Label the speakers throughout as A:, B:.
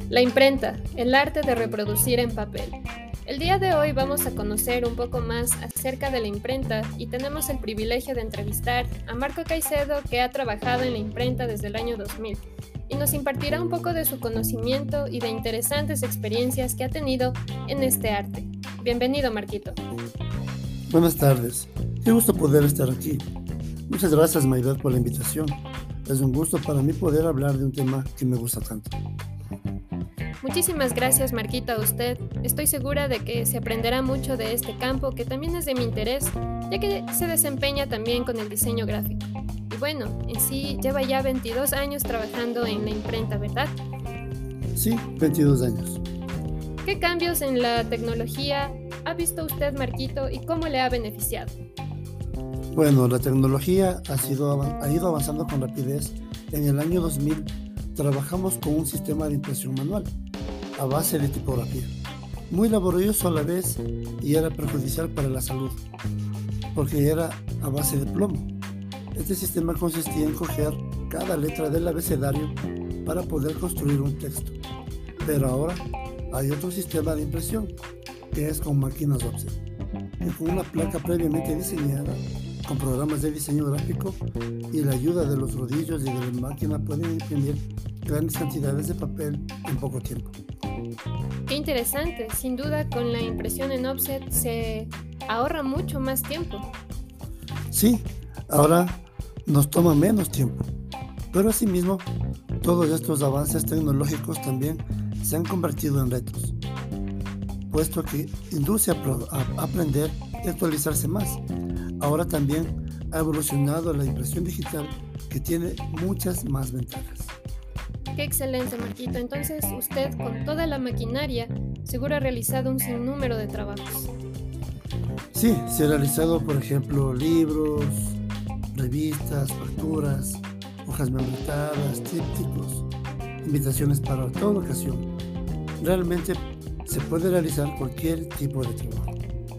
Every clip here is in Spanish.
A: La imprenta, el arte de reproducir en papel. El día de hoy vamos a conocer un poco más acerca de la imprenta y tenemos el privilegio de entrevistar a Marco Caicedo, que ha trabajado en la imprenta desde el año 2000 y nos impartirá un poco de su conocimiento y de interesantes experiencias que ha tenido en este arte. Bienvenido, Marquito.
B: Buenas tardes, qué gusto poder estar aquí. Muchas gracias, Maybeth, por la invitación. Es un gusto para mí poder hablar de un tema que me gusta tanto.
A: Muchísimas gracias, Marquito, a usted. Estoy segura de que se aprenderá mucho de este campo, que también es de mi interés, ya que se desempeña también con el diseño gráfico. Y bueno, en sí lleva ya 22 años trabajando en la imprenta, ¿verdad?
B: Sí, 22 años.
A: ¿Qué cambios en la tecnología ha visto usted, Marquito, y cómo le ha beneficiado?
B: Bueno, la tecnología ha ido avanzando con rapidez. En el año 2000 trabajamos con un sistema de impresión manual a base de tipografía, muy laborioso a la vez, y era perjudicial para la salud, porque era a base de plomo. Este sistema consistía en coger cada letra del abecedario para poder construir un texto. Pero ahora hay otro sistema de impresión, que es con máquinas offset, y con una placa previamente diseñada, con programas de diseño gráfico y la ayuda de los rodillos y de la máquina, pueden imprimir grandes cantidades de papel en poco tiempo.
A: Qué interesante. Sin duda, con la impresión en offset se ahorra mucho más tiempo.
B: Sí, ahora nos toma menos tiempo, pero asimismo todos estos avances tecnológicos también se han convertido en retos, puesto que induce a aprender y actualizarse más. Ahora también ha evolucionado la impresión digital, que tiene muchas más ventajas.
A: Qué excelente, Marquito. Entonces, usted, con toda la maquinaria, seguro ha realizado un sinnúmero de trabajos.
B: Sí, se ha realizado, por ejemplo, libros, revistas, facturas, hojas membretadas, trípticos, invitaciones para toda ocasión. Realmente se puede realizar cualquier tipo de trabajo.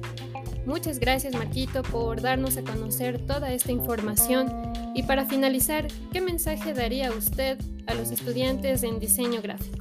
A: Muchas gracias, Marquito, por darnos a conocer toda esta información. Y para finalizar, ¿qué mensaje daría usted a los estudiantes en diseño gráfico?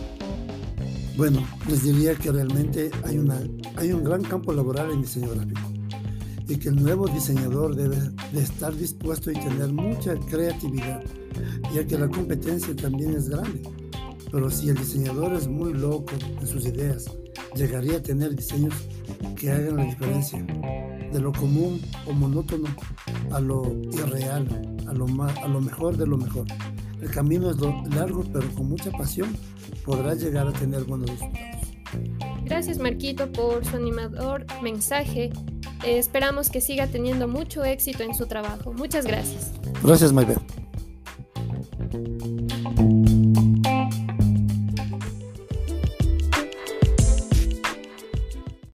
B: Bueno, les diría que realmente hay un gran campo laboral en diseño gráfico, y que el nuevo diseñador debe de estar dispuesto y tener mucha creatividad, ya que la competencia también es grande. Pero si el diseñador es muy loco en sus ideas, llegaría a tener diseños que hagan la diferencia de lo común o monótono a lo irreal, a lo mejor de lo mejor. El camino es largo, pero con mucha pasión podrá llegar a tener buenos resultados.
A: Gracias, Marquito, por su animador mensaje. Esperamos que siga teniendo mucho éxito en su trabajo. Muchas gracias.
B: Gracias, Maybeth.